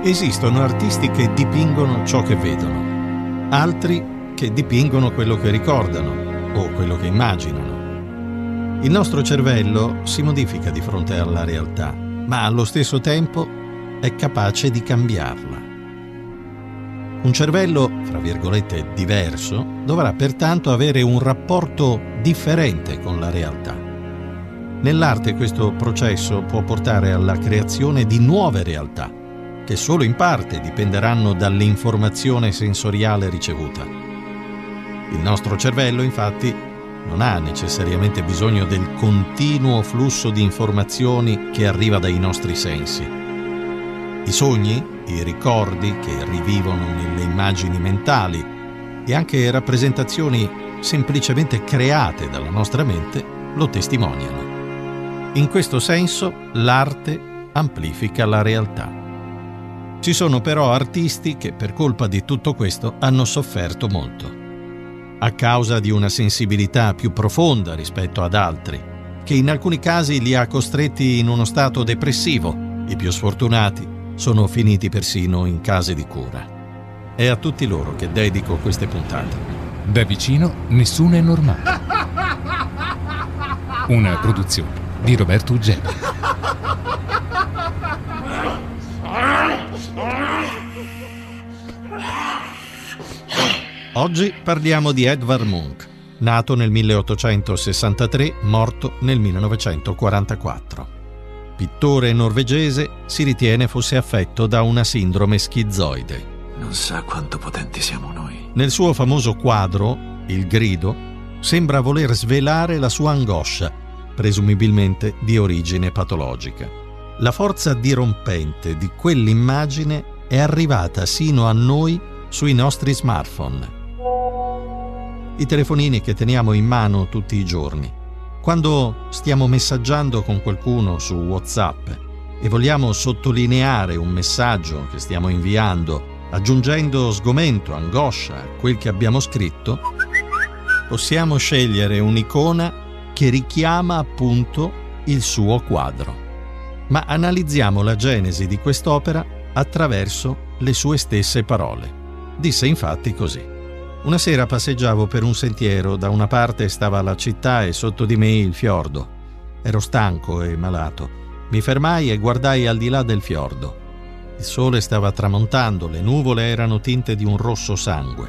Esistono artisti che dipingono ciò che vedono, altri che dipingono quello che ricordano o quello che immaginano. Il nostro cervello si modifica di fronte alla realtà, ma allo stesso tempo è capace di cambiarla. Un cervello, fra virgolette, diverso, dovrà pertanto avere un rapporto differente con la realtà. Nell'arte questo processo può portare alla creazione di nuove realtà, che solo in parte dipenderanno dall'informazione sensoriale ricevuta. Il nostro cervello, infatti, non ha necessariamente bisogno del continuo flusso di informazioni che arriva dai nostri sensi. I sogni, i ricordi che rivivono nelle immagini mentali e anche rappresentazioni semplicemente create dalla nostra mente lo testimoniano. In questo senso, l'arte amplifica la realtà. Ci sono però artisti che per colpa di tutto questo hanno sofferto molto, a causa di una sensibilità più profonda rispetto ad altri, che in alcuni casi li ha costretti in uno stato depressivo. I più sfortunati sono finiti persino in case di cura. È a tutti loro che dedico queste puntate. Da vicino nessuno è normale. Una produzione di Roberto Uggelli. Oggi parliamo di Edvard Munch, nato nel 1863, morto nel 1944. Pittore norvegese, si ritiene fosse affetto da una sindrome schizoide. Non sa quanto potenti siamo noi. Nel suo famoso quadro, Il grido, sembra voler svelare la sua angoscia, presumibilmente di origine patologica. La forza dirompente di quell'immagine è arrivata sino a noi sui nostri smartphone. I telefonini che teniamo in mano tutti i giorni. Quando stiamo messaggiando con qualcuno su WhatsApp e vogliamo sottolineare un messaggio che stiamo inviando, aggiungendo sgomento, angoscia a quel che abbiamo scritto, possiamo scegliere un'icona che richiama appunto il suo quadro. Ma analizziamo la genesi di quest'opera attraverso le sue stesse parole. Disse infatti così: una sera passeggiavo per un sentiero, da una parte stava la città e sotto di me il fiordo. Ero stanco e malato. Mi fermai e guardai al di là del fiordo. Il sole stava tramontando, le nuvole erano tinte di un rosso sangue.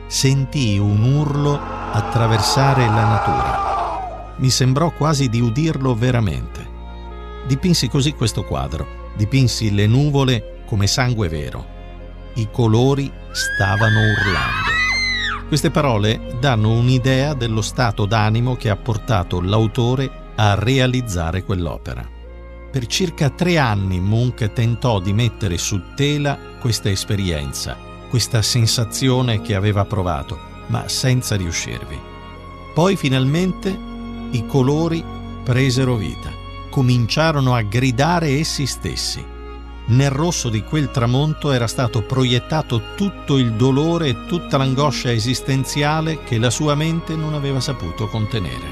Sentii un urlo attraversare la natura. Mi sembrò quasi di udirlo veramente. Dipinsi così questo quadro. Dipinsi le nuvole come sangue vero. I colori stavano urlando. Queste parole danno un'idea dello stato d'animo che ha portato l'autore a realizzare quell'opera. Per circa 3 anni Munch tentò di mettere su tela questa esperienza, questa sensazione che aveva provato, ma senza riuscirvi. Poi finalmente i colori presero vita, cominciarono a gridare essi stessi. Nel rosso di quel tramonto era stato proiettato tutto il dolore e tutta l'angoscia esistenziale che la sua mente non aveva saputo contenere.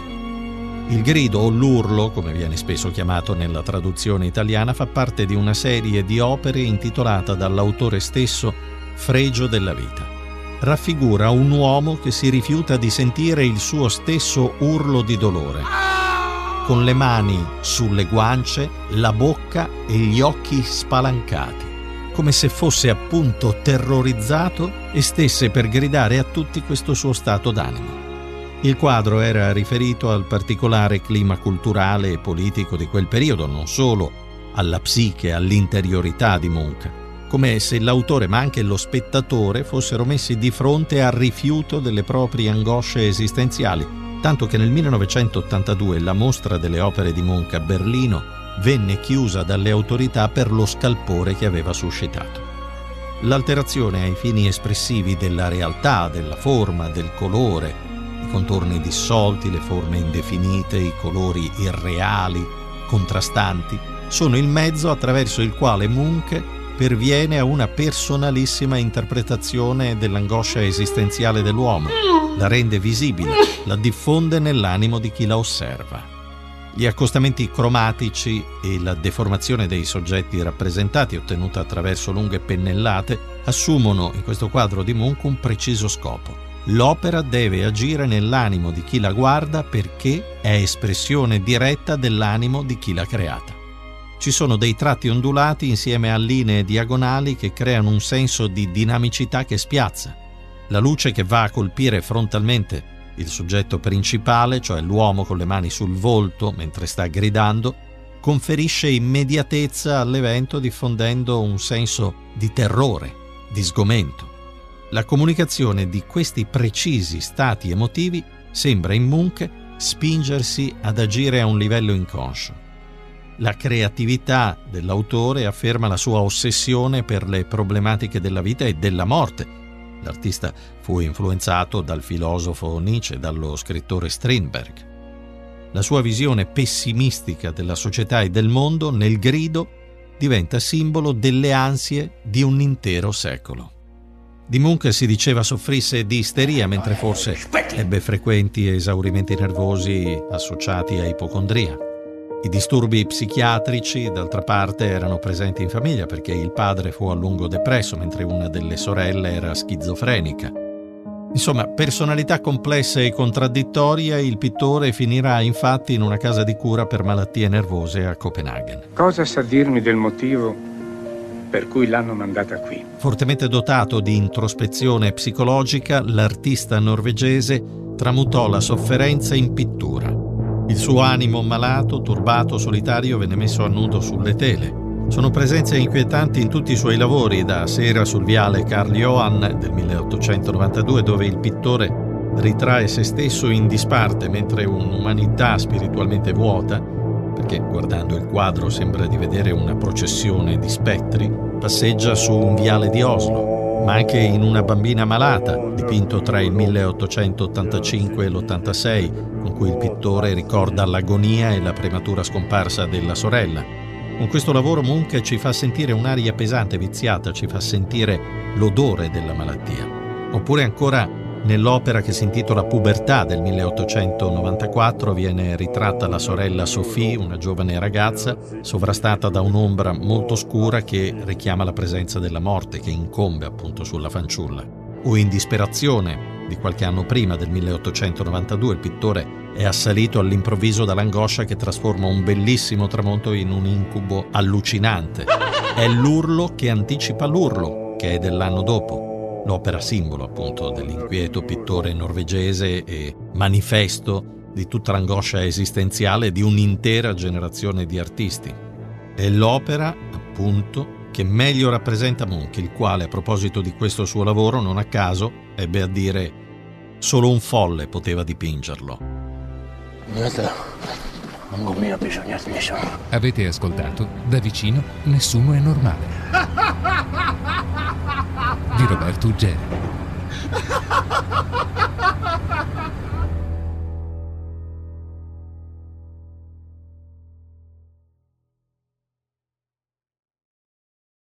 Il grido o l'urlo, come viene spesso chiamato nella traduzione italiana, fa parte di una serie di opere intitolata dall'autore stesso Fregio della vita. Raffigura un uomo che si rifiuta di sentire il suo stesso urlo di dolore, con le mani sulle guance, la bocca e gli occhi spalancati, come se fosse appunto terrorizzato e stesse per gridare a tutti questo suo stato d'animo. Il quadro era riferito al particolare clima culturale e politico di quel periodo, non solo alla psiche, all'interiorità di Munch, come se l'autore ma anche lo spettatore fossero messi di fronte al rifiuto delle proprie angosce esistenziali, tanto che nel 1982 la mostra delle opere di Munch a Berlino venne chiusa dalle autorità per lo scalpore che aveva suscitato. L'alterazione ai fini espressivi della realtà, della forma, del colore, i contorni dissolti, le forme indefinite, i colori irreali, contrastanti, sono il mezzo attraverso il quale Munch perviene a una personalissima interpretazione dell'angoscia esistenziale dell'uomo, la rende visibile, la diffonde nell'animo di chi la osserva. Gli accostamenti cromatici e la deformazione dei soggetti rappresentati, ottenuta attraverso lunghe pennellate, assumono in questo quadro di Munch un preciso scopo. L'opera deve agire nell'animo di chi la guarda perché è espressione diretta dell'animo di chi l'ha creata. Ci sono dei tratti ondulati insieme a linee diagonali che creano un senso di dinamicità che spiazza. La luce che va a colpire frontalmente il soggetto principale, cioè l'uomo con le mani sul volto mentre sta gridando, conferisce immediatezza all'evento diffondendo un senso di terrore, di sgomento. La comunicazione di questi precisi stati emotivi sembra in Munch spingersi ad agire a un livello inconscio. La creatività dell'autore afferma la sua ossessione per le problematiche della vita e della morte. L'artista fu influenzato dal filosofo Nietzsche e dallo scrittore Strindberg. La sua visione pessimistica della società e del mondo, nel grido, diventa simbolo delle ansie di un intero secolo. Di Munch si diceva soffrisse di isteria, mentre forse ebbe frequenti esaurimenti nervosi associati a ipocondria. I disturbi psichiatrici, d'altra parte, erano presenti in famiglia perché il padre fu a lungo depresso, mentre una delle sorelle era schizofrenica. Insomma, personalità complessa e contraddittoria, il pittore finirà infatti in una casa di cura per malattie nervose a Copenaghen. Cosa sa dirmi del motivo per cui l'hanno mandata qui? Fortemente dotato di introspezione psicologica, l'artista norvegese tramutò la sofferenza in pittura. Il suo animo malato, turbato, solitario venne messo a nudo sulle tele. Sono presenze inquietanti in tutti i suoi lavori, da Sera sul viale Karl Johan del 1892, dove il pittore ritrae se stesso in disparte mentre un'umanità spiritualmente vuota, perché guardando il quadro sembra di vedere una processione di spettri, passeggia su un viale di Oslo, ma anche in Una bambina malata, dipinto tra il 1885 e l'86, con cui il pittore ricorda l'agonia e la prematura scomparsa della sorella. Con questo lavoro Munch ci fa sentire un'aria pesante e viziata, ci fa sentire l'odore della malattia. Oppure ancora nell'opera che si intitola Pubertà del 1894 viene ritratta la sorella Sophie, una giovane ragazza sovrastata da un'ombra molto scura che richiama la presenza della morte che incombe appunto sulla fanciulla. O in Disperazione di qualche anno prima, del 1892, il pittore è assalito all'improvviso dall'angoscia che trasforma un bellissimo tramonto in un incubo allucinante. È l'urlo che anticipa l'urlo, che è dell'anno dopo. L'opera simbolo appunto dell'inquieto pittore norvegese e manifesto di tutta l'angoscia esistenziale di un'intera generazione di artisti. È l'opera appunto che meglio rappresenta Munch, il quale a proposito di questo suo lavoro non a caso ebbe a dire: solo un folle poteva dipingerlo. Avete ascoltato Da vicino nessuno è normale di Roberto Uggeri.